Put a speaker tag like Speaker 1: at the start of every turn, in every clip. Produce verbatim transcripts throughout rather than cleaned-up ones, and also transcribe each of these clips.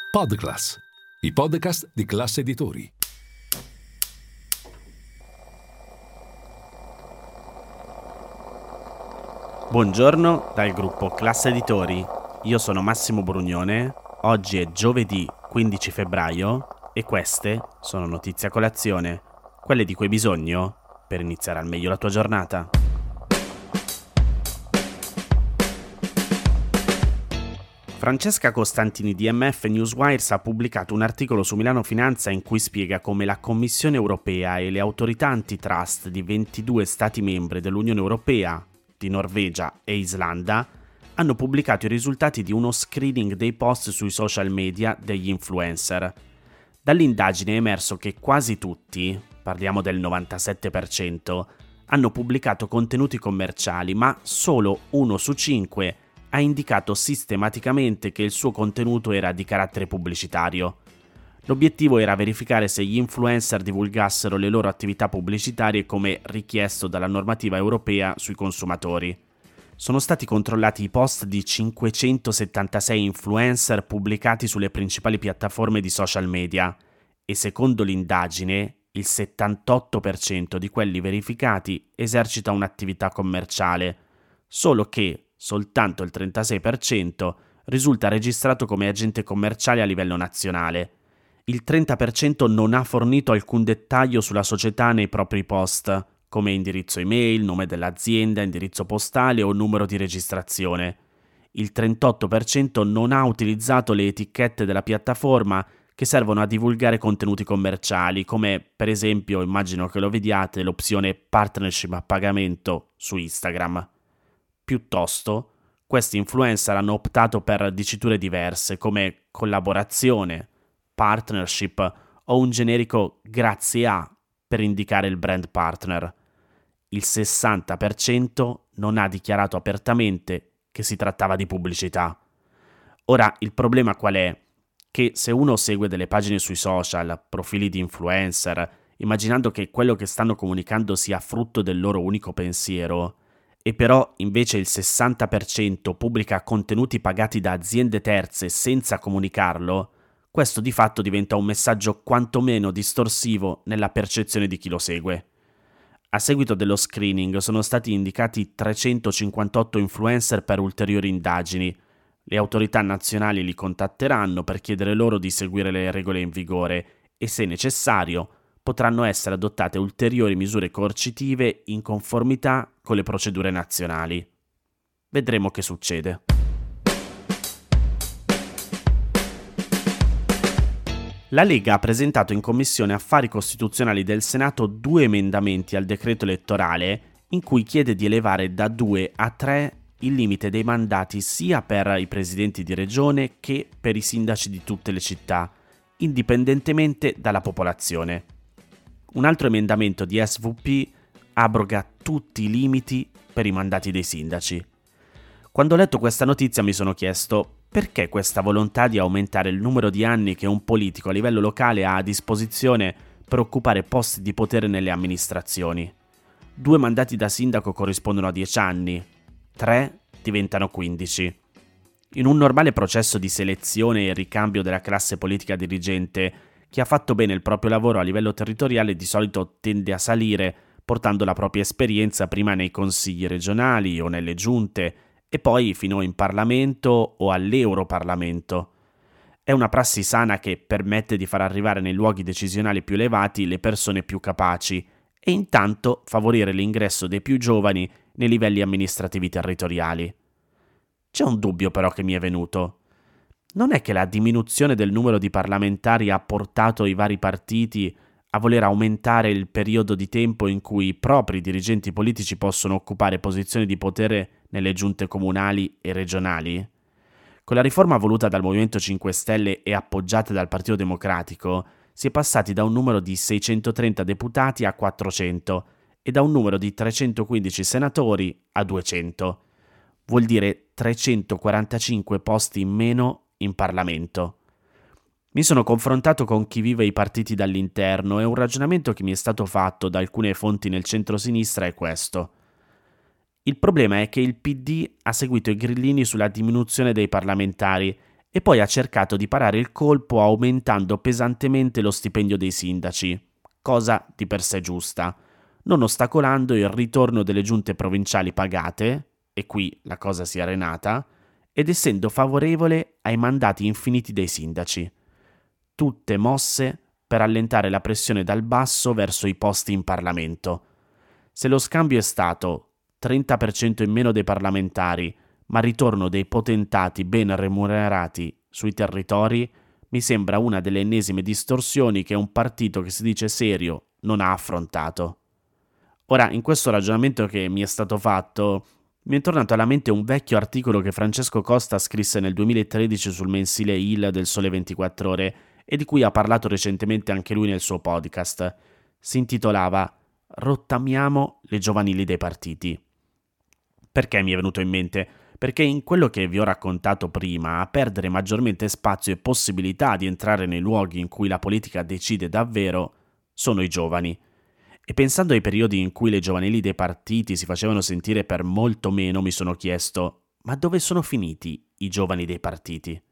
Speaker 1: Podclass, i podcast di Classe Editori.
Speaker 2: Buongiorno dal gruppo Classe Editori. Io sono Massimo Brugnone. Oggi è giovedì quindici febbraio e queste sono notizie a colazione, quelle di cui hai bisogno per iniziare al meglio la tua giornata. Francesca Costantini di M F Newswires ha pubblicato un articolo su Milano Finanza in cui spiega come la Commissione europea e le autorità antitrust di ventidue Stati membri dell'Unione Europea, di Norvegia e Islanda, hanno pubblicato i risultati di uno screening dei post sui social media degli influencer. Dall'indagine è emerso che quasi tutti, parliamo del novantasette per cento, hanno pubblicato contenuti commerciali, ma solo uno su cinque ha indicato sistematicamente che il suo contenuto era di carattere pubblicitario. L'obiettivo era verificare se gli influencer divulgassero le loro attività pubblicitarie come richiesto dalla normativa europea sui consumatori. Sono stati controllati i post di cinquecentosettantasei influencer pubblicati sulle principali piattaforme di social media e secondo l'indagine il settantotto per cento di quelli verificati esercita un'attività commerciale, solo che soltanto il trentasei per cento risulta registrato come agente commerciale a livello nazionale. Il trenta per cento non ha fornito alcun dettaglio sulla società nei propri post, come indirizzo email, nome dell'azienda, indirizzo postale o numero di registrazione. Il trentotto per cento non ha utilizzato le etichette della piattaforma che servono a divulgare contenuti commerciali, come per esempio, immagino che lo vediate, l'opzione partnership a pagamento su Instagram. Piuttosto, questi influencer hanno optato per diciture diverse come collaborazione, partnership o un generico grazie a per indicare il brand partner. Il sessanta per cento non ha dichiarato apertamente che si trattava di pubblicità. Ora, il problema qual è? Che se uno segue delle pagine sui social, profili di influencer, immaginando che quello che stanno comunicando sia frutto del loro unico pensiero, e però invece il sessanta per cento pubblica contenuti pagati da aziende terze senza comunicarlo, questo di fatto diventa un messaggio quantomeno distorsivo nella percezione di chi lo segue. A seguito dello screening sono stati indicati trecentocinquantotto influencer per ulteriori indagini. Le autorità nazionali li contatteranno per chiedere loro di seguire le regole in vigore e, se necessario, potranno essere adottate ulteriori misure coercitive in conformità con le procedure nazionali. Vedremo che succede. La Lega ha presentato in Commissione Affari Costituzionali del Senato due emendamenti al decreto elettorale in cui chiede di elevare da due a tre il limite dei mandati sia per i presidenti di regione che per i sindaci di tutte le città, indipendentemente dalla popolazione. Un altro emendamento di S V P abroga tutti i limiti per i mandati dei sindaci. Quando ho letto questa notizia mi sono chiesto perché questa volontà di aumentare il numero di anni che un politico a livello locale ha a disposizione per occupare posti di potere nelle amministrazioni. Due mandati da sindaco corrispondono a dieci anni, tre diventano quindici. In un normale processo di selezione e ricambio della classe politica dirigente, chi ha fatto bene il proprio lavoro a livello territoriale di solito tende a salire, portando la propria esperienza prima nei consigli regionali o nelle giunte e poi fino in Parlamento o all'Europarlamento. È una prassi sana che permette di far arrivare nei luoghi decisionali più elevati le persone più capaci e intanto favorire l'ingresso dei più giovani nei livelli amministrativi territoriali. C'è un dubbio però che mi è venuto. Non è che la diminuzione del numero di parlamentari ha portato i vari partiti a voler aumentare il periodo di tempo in cui i propri dirigenti politici possono occupare posizioni di potere nelle giunte comunali e regionali? Con la riforma voluta dal Movimento cinque Stelle e appoggiata dal Partito Democratico, si è passati da un numero di seicentotrenta deputati a quattrocento e da un numero di trecentoquindici senatori a duecento. Vuol dire trecentoquarantacinque posti in meno in Parlamento. Mi sono confrontato con chi vive i partiti dall'interno e un ragionamento che mi è stato fatto da alcune fonti nel centro-sinistra è questo. Il problema è che il P D ha seguito i grillini sulla diminuzione dei parlamentari e poi ha cercato di parare il colpo aumentando pesantemente lo stipendio dei sindaci, cosa di per sé giusta, non ostacolando il ritorno delle giunte provinciali pagate, e qui la cosa si è arenata, ed essendo favorevole ai mandati infiniti dei sindaci. Tutte mosse per allentare la pressione dal basso verso i posti in Parlamento. Se lo scambio è stato trenta per cento in meno dei parlamentari, ma ritorno dei potentati ben remunerati sui territori, mi sembra una delle ennesime distorsioni che un partito che si dice serio non ha affrontato. Ora, in questo ragionamento che mi è stato fatto, mi è tornato alla mente un vecchio articolo che Francesco Costa scrisse nel duemilatredici sul mensile Il del Sole ventiquattro Ore e di cui ha parlato recentemente anche lui nel suo podcast. Si intitolava "Rottamiamo le giovanili dei partiti". Perché mi è venuto in mente? Perché in quello che vi ho raccontato prima, a perdere maggiormente spazio e possibilità di entrare nei luoghi in cui la politica decide davvero sono i giovani. E pensando ai periodi in cui le giovanili dei partiti si facevano sentire per molto meno, mi sono chiesto: ma dove sono finiti i giovani dei partiti?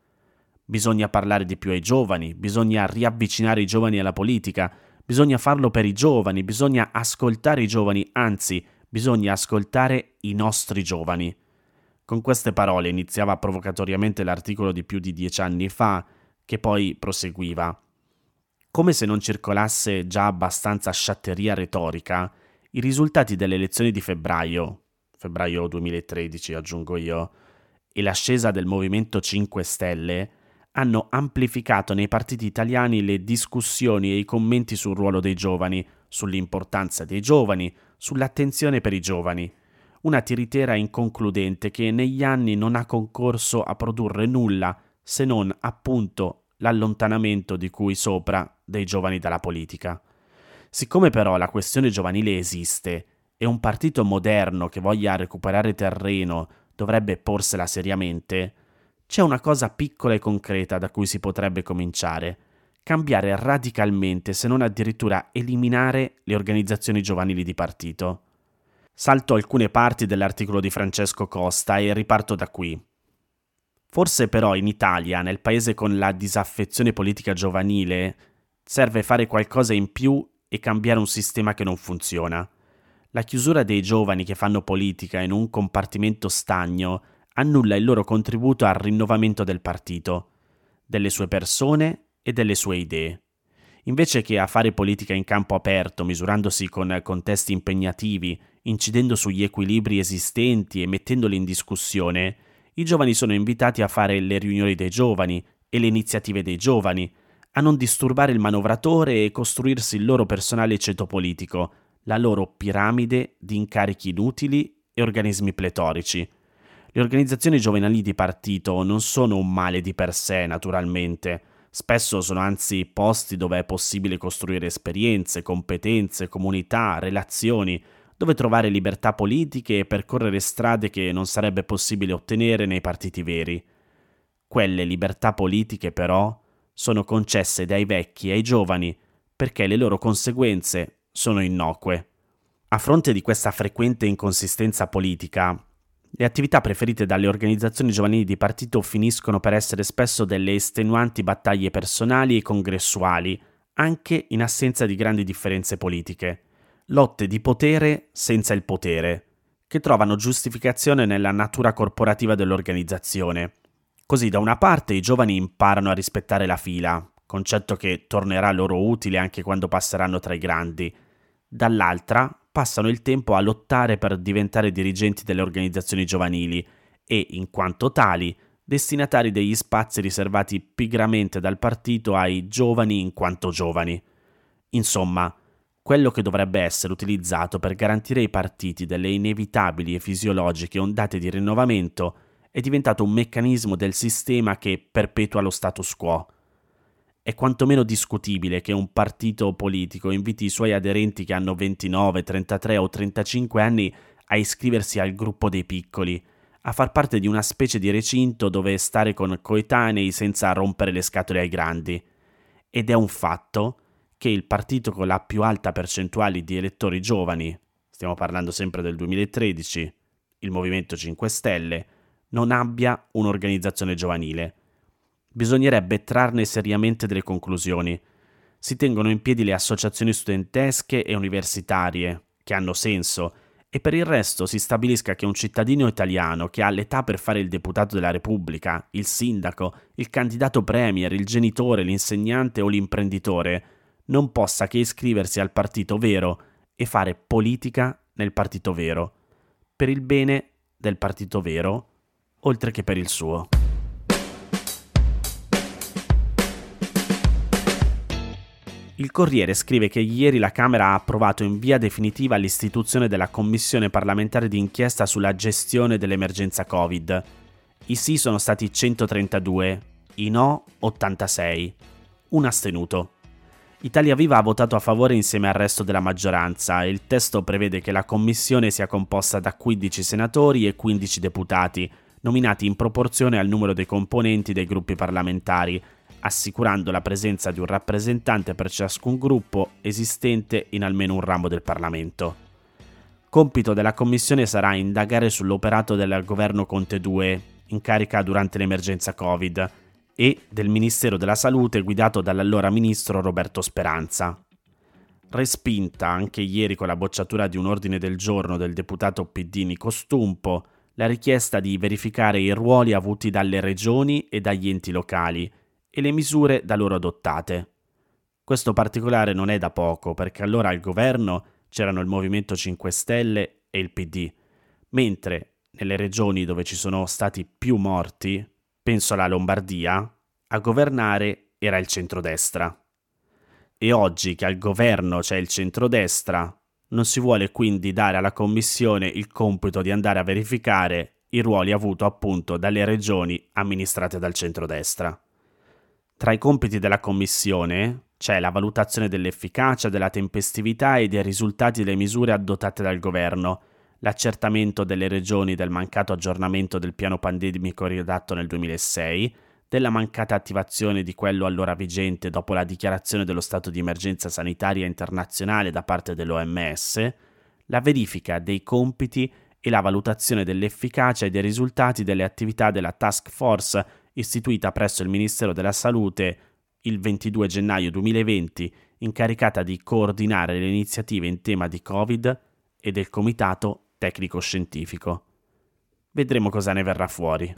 Speaker 2: Bisogna parlare di più ai giovani, bisogna riavvicinare i giovani alla politica, bisogna farlo per i giovani, bisogna ascoltare i giovani, anzi, bisogna ascoltare i nostri giovani. Con queste parole iniziava provocatoriamente l'articolo di più di dieci anni fa, che poi proseguiva. Come se non circolasse già abbastanza sciatteria retorica, i risultati delle elezioni di febbraio, febbraio duemilatredici aggiungo io, e l'ascesa del Movimento cinque Stelle hanno amplificato nei partiti italiani le discussioni e i commenti sul ruolo dei giovani, sull'importanza dei giovani, sull'attenzione per i giovani. Una tiritera inconcludente che negli anni non ha concorso a produrre nulla se non appunto l'allontanamento di cui sopra dei giovani dalla politica. Siccome però la questione giovanile esiste e un partito moderno che voglia recuperare terreno dovrebbe porsela seriamente, c'è una cosa piccola e concreta da cui si potrebbe cominciare: cambiare radicalmente, se non addirittura eliminare le organizzazioni giovanili di partito. Salto alcune parti dell'articolo di Francesco Costa e riparto da qui. Forse però in Italia, nel paese con la disaffezione politica giovanile, serve fare qualcosa in più e cambiare un sistema che non funziona. La chiusura dei giovani che fanno politica in un compartimento stagno annulla il loro contributo al rinnovamento del partito, delle sue persone e delle sue idee. Invece che a fare politica in campo aperto, misurandosi con contesti impegnativi, incidendo sugli equilibri esistenti e mettendoli in discussione, i giovani sono invitati a fare le riunioni dei giovani e le iniziative dei giovani, a non disturbare il manovratore e costruirsi il loro personale ceto politico, la loro piramide di incarichi inutili e organismi pletorici. Le organizzazioni giovanili di partito non sono un male di per sé, naturalmente. Spesso sono anzi posti dove è possibile costruire esperienze, competenze, comunità, relazioni, dove trovare libertà politiche e percorrere strade che non sarebbe possibile ottenere nei partiti veri. Quelle libertà politiche, però, sono concesse dai vecchi ai giovani perché le loro conseguenze sono innocue. A fronte di questa frequente inconsistenza politica, le attività preferite dalle organizzazioni giovanili di partito finiscono per essere spesso delle estenuanti battaglie personali e congressuali, anche in assenza di grandi differenze politiche. Lotte di potere senza il potere, che trovano giustificazione nella natura corporativa dell'organizzazione. Così da una parte i giovani imparano a rispettare la fila, concetto che tornerà loro utile anche quando passeranno tra i grandi. Dall'altra passano il tempo a lottare per diventare dirigenti delle organizzazioni giovanili e, in quanto tali, destinatari degli spazi riservati pigramente dal partito ai giovani in quanto giovani. Insomma, quello che dovrebbe essere utilizzato per garantire ai partiti delle inevitabili e fisiologiche ondate di rinnovamento è diventato un meccanismo del sistema che perpetua lo status quo. È quantomeno discutibile che un partito politico inviti i suoi aderenti che hanno ventinove, trentatré o trentacinque anni a iscriversi al gruppo dei piccoli, a far parte di una specie di recinto dove stare con coetanei senza rompere le scatole ai grandi. Ed è un fatto che il partito con la più alta percentuale di elettori giovani, stiamo parlando sempre del duemilatredici, il Movimento cinque Stelle, non abbia un'organizzazione giovanile. bisognerebbe trarne seriamente delle conclusioni. Si tengono in piedi le associazioni studentesche e universitarie, che hanno senso, e per il resto si stabilisca che un cittadino italiano che ha l'età per fare il deputato della Repubblica, il sindaco, il candidato premier, il genitore, l'insegnante o l'imprenditore non possa che iscriversi al partito vero e fare politica nel partito vero, per il bene del partito vero, oltre che per il suo. Il Corriere scrive che ieri la Camera ha approvato in via definitiva l'istituzione della Commissione parlamentare di inchiesta sulla gestione dell'emergenza Covid. I sì sono stati centotrentadue, i no ottantasei, un astenuto. Italia Viva ha votato a favore insieme al resto della maggioranza e il testo prevede che la commissione sia composta da quindici senatori e quindici deputati, nominati in proporzione al numero dei componenti dei gruppi parlamentari, assicurando la presenza di un rappresentante per ciascun gruppo esistente in almeno un ramo del Parlamento. Compito della Commissione sarà indagare sull'operato del governo Conte due, in carica durante l'emergenza Covid, e del Ministero della Salute guidato dall'allora ministro Roberto Speranza. Respinta anche ieri con la bocciatura di un ordine del giorno del deputato P D Nico Stumpo la richiesta di verificare i ruoli avuti dalle regioni e dagli enti locali e le misure da loro adottate. Questo particolare non è da poco, perché allora al governo c'erano il Movimento cinque Stelle e il P D, mentre nelle regioni dove ci sono stati più morti, penso alla Lombardia, a governare era il centrodestra. E oggi che al governo c'è il centrodestra, non si vuole quindi dare alla Commissione il compito di andare a verificare i ruoli avuti appunto dalle regioni amministrate dal centrodestra. Tra i compiti della Commissione c'è la valutazione dell'efficacia, della tempestività e dei risultati delle misure adottate dal governo, l'accertamento delle regioni del mancato aggiornamento del piano pandemico redatto nel duemilasei, della mancata attivazione di quello allora vigente dopo la dichiarazione dello stato di emergenza sanitaria internazionale da parte dell'O M S, la verifica dei compiti e la valutazione dell'efficacia e dei risultati delle attività della task force istituita presso il Ministero della Salute il ventidue gennaio duemilaventi, incaricata di coordinare le iniziative in tema di Covid e del Comitato Tecnico-Scientifico. Vedremo cosa ne verrà fuori.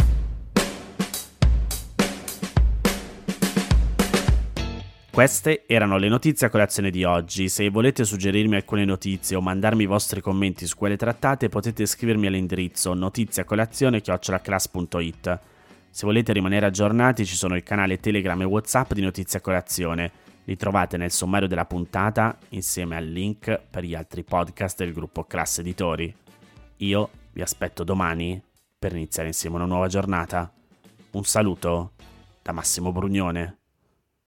Speaker 2: Queste erano le notizie a colazione di oggi. Se volete suggerirmi alcune notizie o mandarmi i vostri commenti su quelle trattate, potete scrivermi all'indirizzo notiziacolazione chiocciola class punto it. Se volete rimanere aggiornati, ci sono il canale Telegram e WhatsApp di Notizie a Colazione. Li trovate nel sommario della puntata insieme al link per gli altri podcast del gruppo Class Editori. Io vi aspetto domani per iniziare insieme una nuova giornata. Un saluto da Massimo Brugnone.